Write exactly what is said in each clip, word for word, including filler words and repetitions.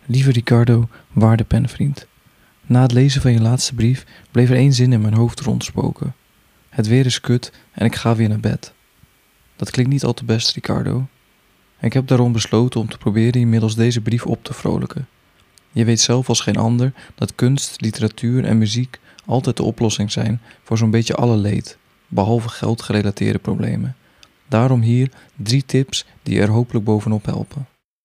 Lieve Ricardo, waarde penvriend. Na het lezen van je laatste brief bleef er één zin in mijn hoofd rondspoken. Het weer is kut en ik ga weer naar bed. Dat klinkt niet al te best, Ricardo. Ik heb daarom besloten om te proberen je middels deze brief op te vrolijken. Je weet zelf als geen ander dat kunst, literatuur en muziek altijd de oplossing zijn voor zo'n beetje alle leed, behalve geldgerelateerde problemen. Daarom hier drie tips die je er hopelijk bovenop helpen.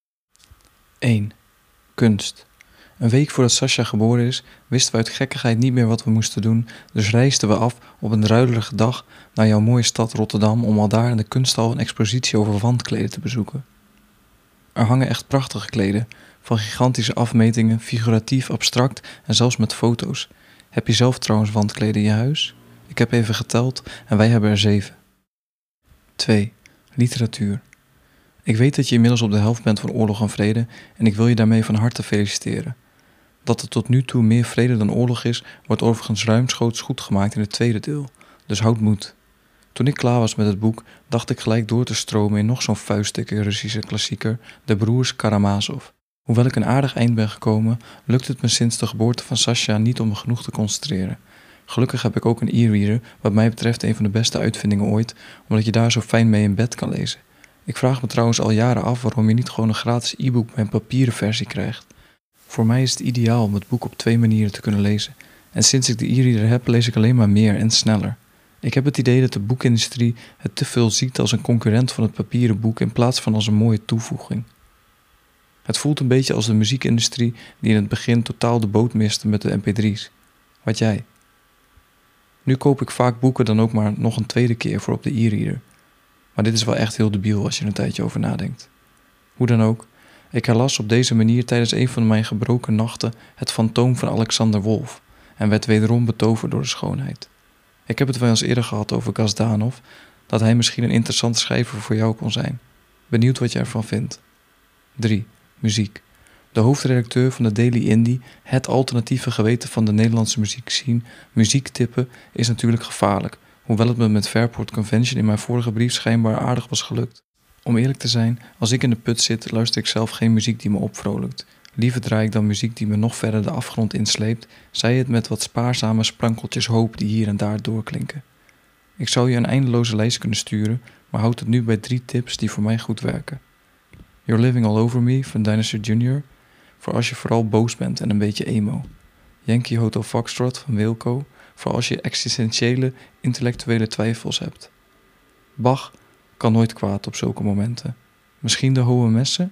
één. Kunst. Een week voordat Sascha geboren is, wisten we uit gekkigheid niet meer wat we moesten doen, dus reisden we af op een druilerige dag naar jouw mooie stad Rotterdam om al daar in de kunsthal een expositie over wandkleden te bezoeken. Er hangen echt prachtige kleden, van gigantische afmetingen, figuratief, abstract en zelfs met foto's. Heb je zelf trouwens wandkleden in je huis? Ik heb even geteld en wij hebben er zeven. twee. Literatuur. Ik weet dat je inmiddels op de helft bent van Oorlog en Vrede en ik wil je daarmee van harte feliciteren. Dat er tot nu toe meer vrede dan oorlog is, wordt overigens ruimschoots goed gemaakt in het tweede deel, dus houd moed. Toen ik klaar was met het boek, dacht ik gelijk door te stromen in nog zo'n vuistdikke Russische klassieker, De Broers Karamazov. Hoewel ik een aardig eind ben gekomen, lukt het me sinds de geboorte van Sascha niet om me genoeg te concentreren. Gelukkig heb ik ook een e-reader, wat mij betreft een van de beste uitvindingen ooit, omdat je daar zo fijn mee in bed kan lezen. Ik vraag me trouwens al jaren af waarom je niet gewoon een gratis e-book bij een papieren versie krijgt. Voor mij is het ideaal om het boek op twee manieren te kunnen lezen. En sinds ik de e-reader heb, lees ik alleen maar meer en sneller. Ik heb het idee dat de boekindustrie het te veel ziet als een concurrent van het papieren boek in plaats van als een mooie toevoeging. Het voelt een beetje als de muziekindustrie die in het begin totaal de boot miste met de M P drie's. Wat jij? Nu koop ik vaak boeken dan ook maar nog een tweede keer voor op de e-reader. Maar dit is wel echt heel debiel als je er een tijdje over nadenkt. Hoe dan ook, ik herlas op deze manier tijdens een van mijn gebroken nachten Het Fantoom van Alexander Wolf en werd wederom betoverd door de schoonheid. Ik heb het wel eens eerder gehad over Gazdanov, dat hij misschien een interessante schrijver voor jou kon zijn. Benieuwd wat je ervan vindt. drie. Muziek. De hoofdredacteur van de Daily Indie, het alternatieve geweten van de Nederlandse muziekscene, muziektippen, is natuurlijk gevaarlijk, hoewel het me met Fairport Convention in mijn vorige brief schijnbaar aardig was gelukt. Om eerlijk te zijn, als ik in de put zit, luister ik zelf geen muziek die me opvrolijkt. Liever draai ik dan muziek die me nog verder de afgrond insleept, zij het met wat spaarzame sprankeltjes hoop die hier en daar doorklinken. Ik zou je een eindeloze lijst kunnen sturen, maar houd het nu bij drie tips die voor mij goed werken. You're Living All Over Me van Dinosaur junior, voor als je vooral boos bent en een beetje emo. Yankee Hotel Foxtrot van Wilco, voor als je existentiële, intellectuele twijfels hebt. Bach kan nooit kwaad op zulke momenten. Misschien de Hohe Messe?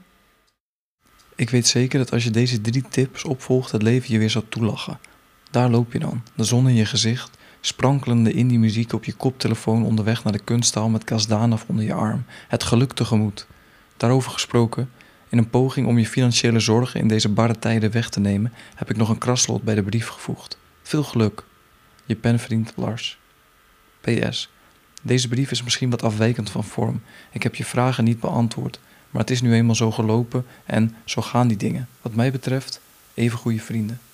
Ik weet zeker dat als je deze drie tips opvolgt, het leven je weer zal toelachen. Daar loop je dan, de zon in je gezicht, sprankelende indie muziek op je koptelefoon onderweg naar de kunsthal met Gazdanov onder je arm, het geluk tegemoet. Daarover gesproken, in een poging om je financiële zorgen in deze barre tijden weg te nemen, heb ik nog een kraslot bij de brief gevoegd. Veel geluk. Je penvriend Lars. P S. Deze brief is misschien wat afwijkend van vorm. Ik heb je vragen niet beantwoord, maar het is nu eenmaal zo gelopen en zo gaan die dingen. Wat mij betreft, even goede vrienden.